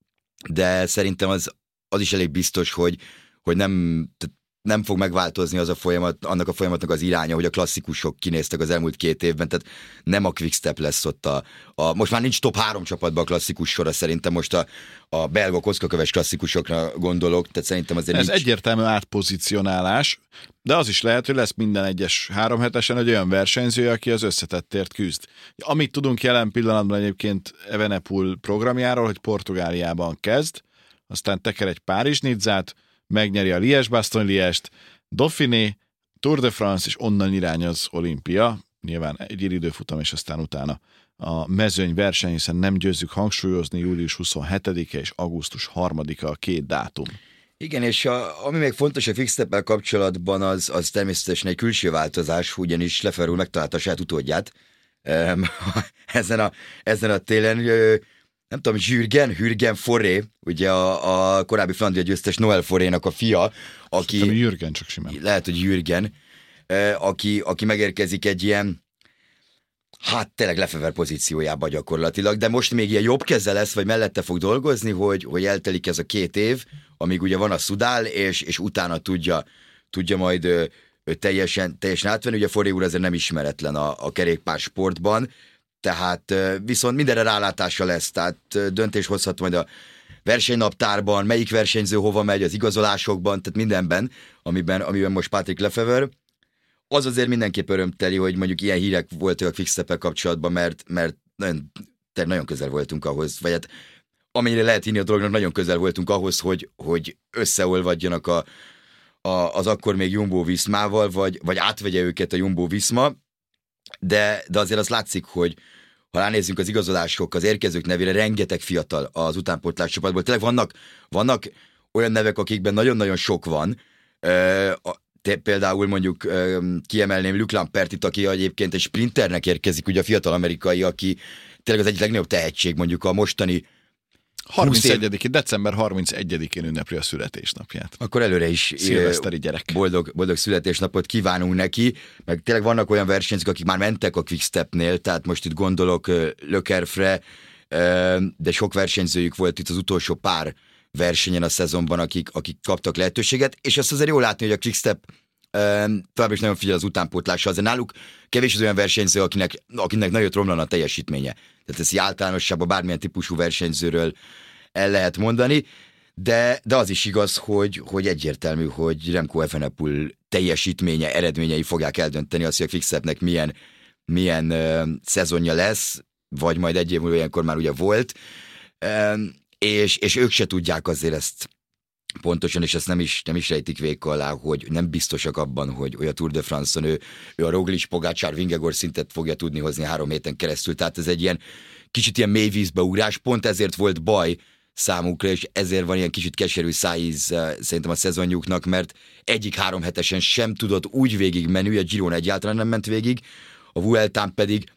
de szerintem az az is elég biztos, hogy, hogy nem, nem fog megváltozni az a folyamat, annak a folyamatnak az iránya, hogy a klasszikusok kinéztek az elmúlt két évben, tehát nem a Quickstep lesz ott a, a most már nincs top három csapatban a klasszikus sora, szerintem most a, a belga kockaköves klasszikusokra gondolok, tehát szerintem azért ez nincs. Egyértelmű átpozicionálás, de az is lehet, hogy lesz minden egyes három hetesen egy olyan versenyző, aki az összetettért küzd. Amit tudunk jelen pillanatban egyébként Evenepoel programjáról, hogy Portugáliában kezd, aztán teker egy Párizs-Nizzát, megnyeri a Liège-Bastogne-Liège-t, Dauphiné, Tour de France, és onnan irányoz Olimpia, nyilván egy időfutam, és aztán utána a mezőny verseny, hiszen nem győzzük hangsúlyozni, július huszonhetedike és augusztus harmadika a két dátum. Igen, és a, ami még fontos a Quickstep-el kapcsolatban, az, az természetesen egy külső változás, ugyanis Lefever úr megtalálta a saját utódját ezen, a, ezen a télen. Nem tudom, Jürgen, Jürgen Foré, ugye a, a korábbi Flandria győztes Noel Forénak a fia, aki... Szerintem Jürgen, csak simán. Lehet, hogy Jürgen, aki, aki megérkezik egy ilyen, hát tényleg Lefever pozíciójába gyakorlatilag, de most még ilyen jobb keze lesz, vagy mellette fog dolgozni, hogy, hogy eltelik ez a két év, amíg ugye van a Szudál, és, és utána tudja, tudja majd teljesen, teljesen átvenni. Ugye Foré úr azért nem ismeretlen a, a kerékpársportban, tehát viszont mindenre rálátása lesz, tehát döntés hozhat majd a versenynaptárban, melyik versenyző hova megy, az igazolásokban, tehát mindenben, amiben, amiben most Patrick Lefevre. Az azért mindenképp örömteli, hogy mondjuk ilyen hírek voltak a Quickstep-el kapcsolatban, mert, mert nagyon, nagyon közel voltunk ahhoz, vagy hát amennyire lehet hinni a dolognak, nagyon közel voltunk ahhoz, hogy, hogy összeolvadjanak a, a, az akkor még Jumbo-Viszmával, vagy, vagy átvegye őket a Jumbo-Viszma, de, de azért az látszik, hogy ha ránézzünk az igazolások, az érkezők nevére, rengeteg fiatal az utánpótlás csapatból. Tényleg vannak, vannak olyan nevek, akikben nagyon-nagyon sok van. Például mondjuk kiemelném Luc Lampertit, aki egyébként egy sprinternek érkezik, ugye a fiatal amerikai, aki tényleg az egyik legnagyobb tehetség, mondjuk a mostani harmincegyedikén december harmincegyedikén ünnepli a születésnapját. Akkor előre is szilveszteri gyerek. Boldog, boldog születésnapot kívánunk neki, meg tényleg vannak olyan versenyzők, akik már mentek a Quickstepnél, tehát most itt gondolok Le Kerfre, de sok versenyzőjük volt itt az utolsó pár versenyen a szezonban, akik, akik kaptak lehetőséget, és azt azért jól látni, hogy a Quickstep tovább is nagyon figyel az utánpótlásra, azért náluk kevés az olyan versenyző, akinek, akinek nagyon romlana a teljesítménye. Tehát ez általánosságban bármilyen típusú versenyzőről el lehet mondani, de, de az is igaz, hogy, hogy egyértelmű, hogy Remco Evenepoel teljesítménye, eredményei fogják eldönteni azt, hogy a Quickstepnek milyen, milyen uh, szezonja lesz, vagy majd egy év múlva ilyenkor már ugye volt, uh, és, és ők se tudják azért ezt pontosan, és ezt nem is, nem is rejtik véka alá, hogy nem biztosak abban, hogy, hogy a Tour de France-on ő, ő a Roglic, Pogačar, Vingegaard szintet fogja tudni hozni három héten keresztül, tehát ez egy ilyen kicsit ilyen mély vízbe ugrás, pont ezért volt baj számukra, és ezért van ilyen kicsit keserű szájíz szerintem a szezonjuknak, mert egyik három hetesen sem tudott úgy végig menni, a Giron egyáltalán nem ment végig, a Vueltán pedig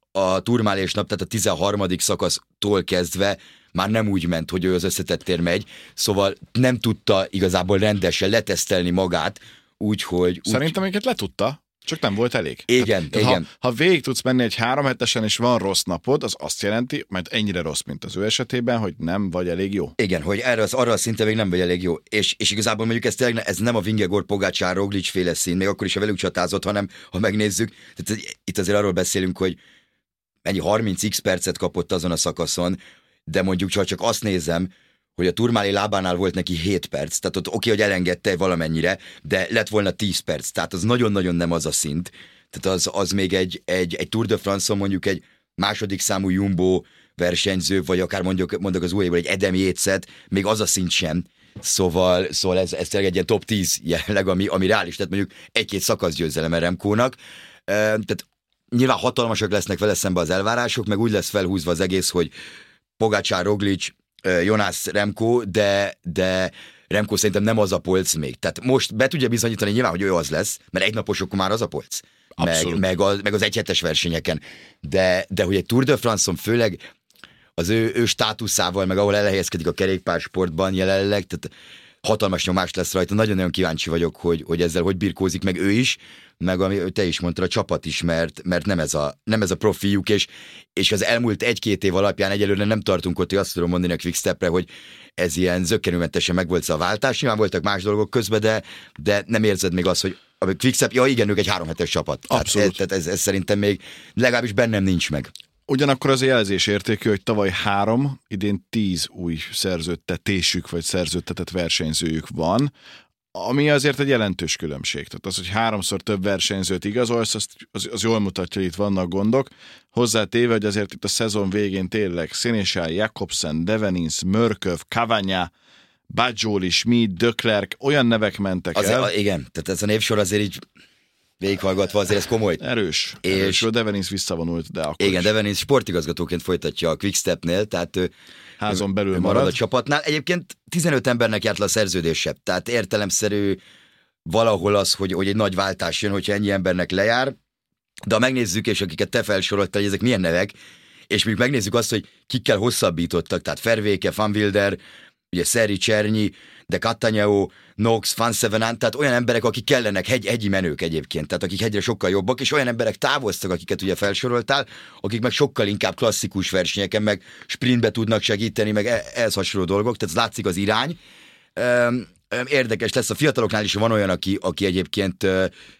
a Tourmalet nap, tehát a tizenharmadik szakasztól kezdve már nem úgy ment, hogy ő az összetettér megy, szóval nem tudta igazából rendesen letesztelni magát, úgyhogy... Szerintem úgy... le tudta, csak nem volt elég. Igen, tehát, tehát igen. Ha, ha végig tudsz menni egy három hetesen, és van rossz napod, az azt jelenti, mert ennyire rossz, mint az ő esetében, hogy nem vagy elég jó. Igen, hogy erre az, arra a szinten még nem vagy elég jó. És, és igazából mondjuk ez tényleg, ez nem a Vingegaard, Pogačar, Roglic féle szín, még akkor is, ha velük csatázott, hanem ha megnézzük, tehát itt azért arról beszélünk, hogy ennyi harminc x percet kapott azon a szakaszon, de mondjuk csak, csak azt nézem, hogy a Tourmalet lábánál volt neki hét perc, tehát ott oké, okay, hogy elengedte valamennyire, de lett volna tíz perc, tehát az nagyon-nagyon nem az a szint. Tehát az, az még egy, egy, egy Tour de France-on mondjuk egy második számú Jumbo versenyző, vagy akár mondjuk, mondjuk az újból egy Adam Yates-et, még az a szint sem. Szóval, szóval ez, ez tényleg egy ilyen top tíz jelleg, ami, ami reális, tehát mondjuk egy-két szakasz győzelem Remkónak. Tehát nyilván hatalmasak lesznek vele szembe az elvárások, meg úgy lesz felhúzva az egész, hogy Pogačar, Roglic, Jonas, Remco, de, de Remco szerintem nem az a polc még. Tehát most be tudja bizonyítani nyilván, hogy ő az lesz, mert egy naposokon már az a polc. Meg, meg, az, meg az egyhetes versenyeken. De, de hogy egy Tour de France-on főleg az ő, ő státuszával, meg ahol elhelyezkedik a kerékpársportban jelenleg, tehát hatalmas nyomás lesz rajta. Nagyon-nagyon kíváncsi vagyok, hogy, hogy ezzel hogy birkózik meg ő is, meg ami te is mondtad, a csapat is, mert, mert nem, ez a, nem ez a profiuk, és, és az elmúlt egy-két év alapján egyelőre nem tartunk ott, hogy azt tudom mondani a Quickstepre, hogy ez ilyen zökkenőmentesen megvolt a váltás. Nyilván voltak más dolgok közben, de, de nem érzed még azt, hogy a Quickstep, ja igen, ők egy három hetes csapat. Abszolút. Tehát, ez, ez, ez szerintem még legalábbis bennem nincs meg. Ugyanakkor az jelzés értékű, hogy tavaly három, idén tíz új szerződtetésük, vagy szerződtetett versenyzőjük van, ami azért egy jelentős különbség. Tehát az, hogy háromszor több versenyzőt igazolsz, az, az, az jól mutatja, hogy itt vannak gondok. Hozzátéve, hogy azért itt a szezon végén tényleg Sénéchal, Jakobsen, Devenins, Mörköv, Cavagna, Bajoli, Schmid, De Klerk, olyan nevek mentek azért, el. A, igen, tehát ez a névsor azért így végighallgatva azért ez komoly. Erős. És erős. Devenins visszavonult, de akkor igen, is. Devenins sportigazgatóként folytatja a Quickstepnél, tehát ő házon belül marad. marad a csapatnál. Egyébként tizenöt embernek járt le a szerződése, tehát értelemszerű valahol az, hogy, hogy egy nagy váltás jön, hogyha ennyi embernek lejár, de ha megnézzük, és akiket te felsoroltál, hogy ezek milyen nevek, és még megnézzük azt, hogy kikkel hosszabbítottak, tehát Verweke, Van Wilder, ugye Szeri, Csernyi, de Cattaneo, Knox, Van Sevenant, tehát olyan emberek, akik kellenek, hegy, hegyi menők egyébként, tehát akik hegyre sokkal jobbak, és olyan emberek távoztak, akiket ugye felsoroltál, akik meg sokkal inkább klasszikus versenyeken, meg sprintbe tudnak segíteni, meg ehhez hasonló dolgok, tehát ez látszik az irány. Érdekes lesz, a fiataloknál is van olyan, aki, aki egyébként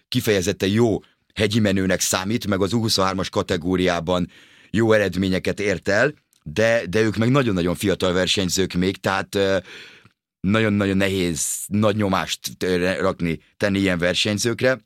kifejezetten jó hegyi menőnek számít, meg az U huszonhármas kategóriában jó eredményeket ért el, de, de ők meg nagyon-nagyon fiatal versenyzők még, tehát nagyon-nagyon nehéz nagy nyomást rakni, tenni ilyen versenyzőkre.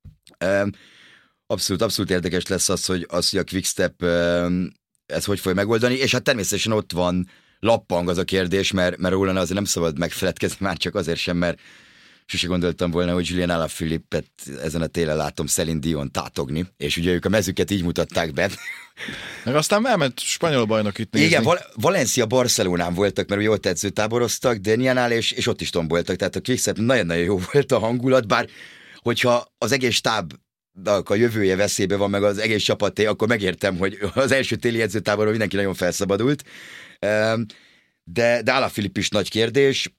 Abszolút, abszolút érdekes lesz az, hogy, az, hogy a Quickstep ezt hogy fogja megoldani, és hát természetesen ott van lappang az a kérdés, mert, mert róla azért nem szabad megfeledkezni, már csak azért sem, mert sose gondoltam volna, hogy Julian Alaphilippet ezen a télen látom Celine Dion tátogni, és ugye ők a mezüket így mutatták be. Meg aztán elment spanyol bajnok itt nézni. Igen, Val- Valencia Barcelonán voltak, mert ugye ott edzőtáboroztak, Deniánál, és, és ott is tomboltak, tehát a Quickstep nagyon-nagyon jó volt a hangulat, bár hogyha az egész stáb a jövője veszélybe van, meg az egész csapaté, akkor megértem, hogy az első téli edzőtáborban mindenki nagyon felszabadult. De, de Alaphilippe is nagy kérdés.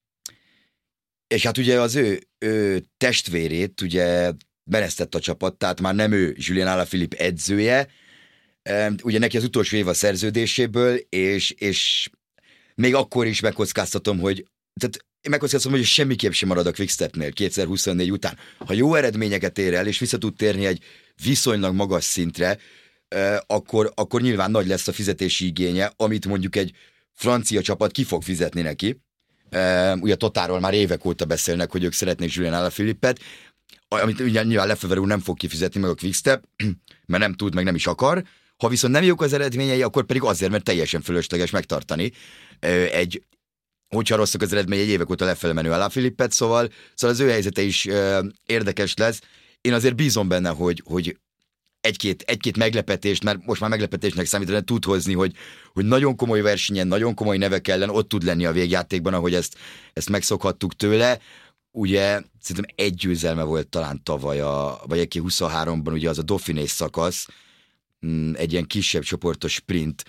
És hát ugye az ő, ő testvérét ugye menesztett a csapat, tehát már nem ő Julian Alaphilippe edzője. Ugye neki az utolsó év a szerződéséből, és, és még akkor is megkockáztatom, hogy tehát én megkockáztatom, hogy semmiképp sem marad a Quickstepnél kétezer-huszonnégy után. Ha jó eredményeket ér el, és vissza tud térni egy viszonylag magas szintre, akkor, akkor nyilván nagy lesz a fizetési igénye, amit mondjuk egy francia csapat ki fog fizetni neki. Ugye a Totáról már évek óta beszélnek, hogy ők szeretnék Julian Alaphilippet, amit ugye nyilván Lefevere úr nem fog kifizetni meg a Quickstep, mert nem tud, meg nem is akar. Ha viszont nem jók az eredményei, akkor pedig azért, mert teljesen fölösleges megtartani egy, hogyha rosszak az eredmény, egy évek óta lefele menő Alaphilippet, szóval, szóval az ő helyzete is ö, érdekes lesz. Én azért bízom benne, hogy, hogy egy-két, egy-két meglepetést, mert most már meglepetésnek számít, tud hozni, hogy, hogy nagyon komoly versenyen, nagyon komoly nevek ellen ott tud lenni a végjátékban, ahogy ezt, ezt megszokhattuk tőle. Ugye szerintem egy győzelme volt talán tavaly, a, vagy egy huszonháromban, ugye az a Dauphiné szakasz, egy ilyen kisebb csoportos sprint,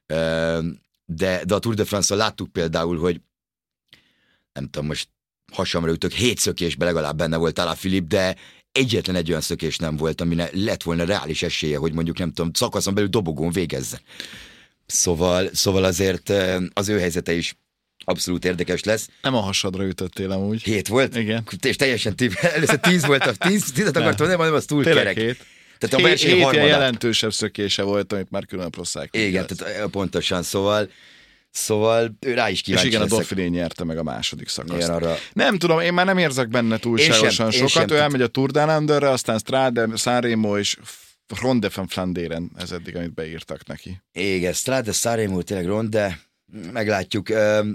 de, de a Tour de France-on láttuk például, hogy nem tudom, most hasamra ütök, hét szökésben legalább benne volt Alaphilippe, de egyetlen egy olyan szökés nem volt, amire lett volna reális esélye, hogy mondjuk nem tudom, szakaszon belül dobogón végezzen. Szóval, szóval azért az ő helyzete is abszolút érdekes lesz. Nem a hasadra ütöttél amúgy. Hét volt? Igen. És teljesen tíz, először tíz volt, a tíz, tízet akartam, nem, nem, az túl tényleg kerek. Hét. Tehát a hét, verseny hét harmadát. jelentősebb szökése volt, amit már külön proszák. Igen, tehát pontosan, szóval Szóval ő rá is kíváncsi. És igen, leszek. a Dauphiné nyerte meg a második szakaszt. Igen, arra... Nem tudom, én már nem érzek benne túlságosan sem, sokat. sem. Ő elmegy a Tour de Landerre, aztán Strade, Sanremo és Ronde van Flanderen, ez eddig, amit beírtak neki. Igen, Strade, Sanremo, tényleg Ronde, meglátjuk.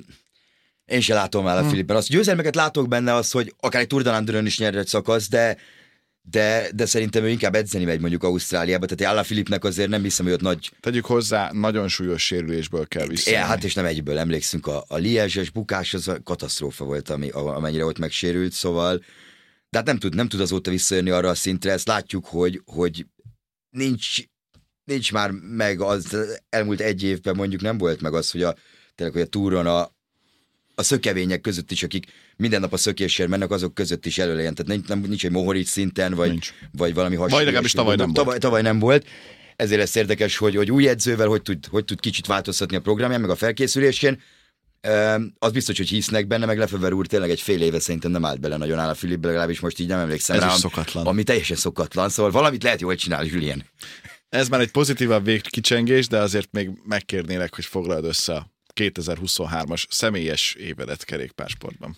Én se látom el a hmm. Filipben. Azt győzelmeket látok benne az, hogy akár egy Tour de Landeren is nyer egy szakasz, de De, de szerintem ő inkább edzeni megy mondjuk Ausztráliába, tehát Alaphilippnek azért nem hiszem, hogy ott nagy... Tegyük hozzá, nagyon súlyos sérülésből kell visszajönni. Ja, hát és nem egyből, emlékszünk, a, a Liège-es bukás az a katasztrófa volt, ami, amennyire ott megsérült, szóval... De hát nem tud, nem tud azóta visszajönni arra a szintre, ezt látjuk, hogy, hogy nincs, nincs már meg az elmúlt egy évben mondjuk nem volt meg az, hogy a, tényleg, hogy a túron a, a szökevények között is, akik minden nap a szökésért mennek, azok között is előlegyen. Tehát nincs, nem, nincs egy Mohoric szinten, vagy, vagy valami hasonló. Vagy legalábbis tavaly nem tavaly, volt. Tavaly nem volt. Ezért lesz érdekes, hogy, hogy új edzővel hogy tud, hogy tud kicsit változtatni a programján, meg a felkészülésén. E, az biztos, hogy hisznek benne, meg Lefevere úr tényleg egy fél éve szerintem nem állt bele nagyon Alaphilippe, legalábbis most így nem emlékszem Ez rá. is szokatlan. Ami teljesen szokatlan, szóval valamit lehet jól csinálni, Julien. Ez már egy pozitívabb végkicsengés, de azért még megkérnélek, hogy foglald össze a kétezer-huszonhármas személyes évedet kerékpársportban.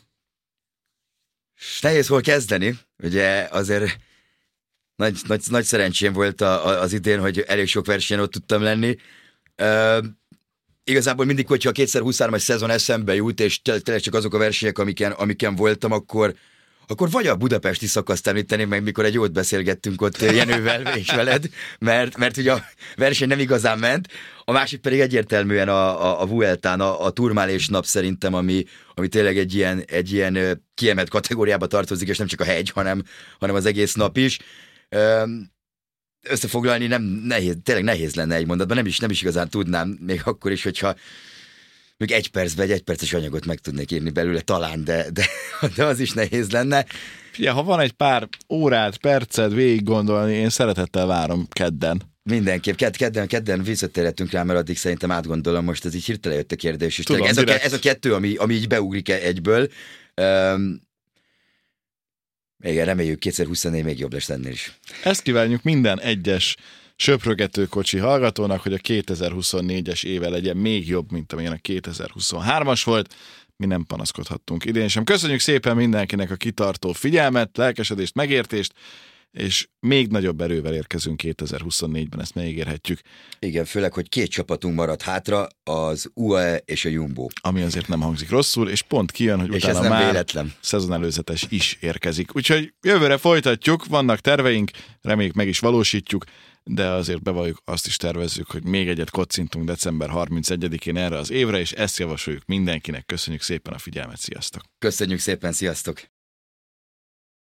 Nehéz hol kezdeni, ugye azért nagy, nagy, nagy szerencsém volt a, a, az idén, hogy elég sok versenyen ott tudtam lenni. Uh, igazából mindig, hogyha a kétezer-huszonhármas szezon eszembe jut, és tényleg csak azok a versenyek, amiken, amiken voltam, akkor, akkor vagy a budapesti szakaszt említeném meg, mikor egy jót beszélgettünk ott Jenővel és veled, mert, mert ugye a verseny nem igazán ment, a másik pedig egyértelműen a, a, a Vueltán, a, a Tourmalet nap szerintem, ami, ami tényleg egy ilyen, egy ilyen kiemelt kategóriába tartozik, és nem csak a hegy, hanem, hanem az egész nap is. Összefoglalni nem nehéz, tényleg nehéz lenne egy mondatban, nem is, nem is igazán tudnám, még akkor is, hogyha még egy percben egy egyperces anyagot meg tudnék írni belőle talán, de, de, de az is nehéz lenne. Figyelj, ha van egy pár órát, percet végig gondolni, én szeretettel várom kedden. Mindenképp, Ked, kedden, kedden visszatérhetünk rá, mert addig szerintem átgondolom, most ez így hirtelen jött a kérdés. És Tudom, ez, a, ez a kettő, ami, ami így beugrik egyből. Um, Igen, reméljük kétezer-huszonnégy még jobb lesz ennél is. Ezt kívánjuk minden egyes söprögető kocsi hallgatónak, hogy a kétezer-huszonnégyes éve legyen még jobb, mint amilyen a kétezer-huszonhármas volt. Mi nem panaszkodhattunk idén sem. Köszönjük szépen mindenkinek a kitartó figyelmet, lelkesedést, megértést, és még nagyobb erővel érkezünk kétezer-huszonnégyben, ezt megígérhetjük. Igen, főleg, hogy két csapatunk maradt hátra, az u á e és a Jumbo. Ami azért nem hangzik rosszul, és pont kijön, hogy és utána ez nem már véletlen. szezonelőzetes is érkezik. Úgyhogy jövőre folytatjuk, vannak terveink, reméljük meg is valósítjuk, de azért bevalljuk, azt is tervezzük, hogy még egyet kocintunk december harmincegyedikén erre az évre, és ezt javasoljuk mindenkinek. Köszönjük szépen a figyelmet, sziasztok! Köszönjük szépen, sziasztok!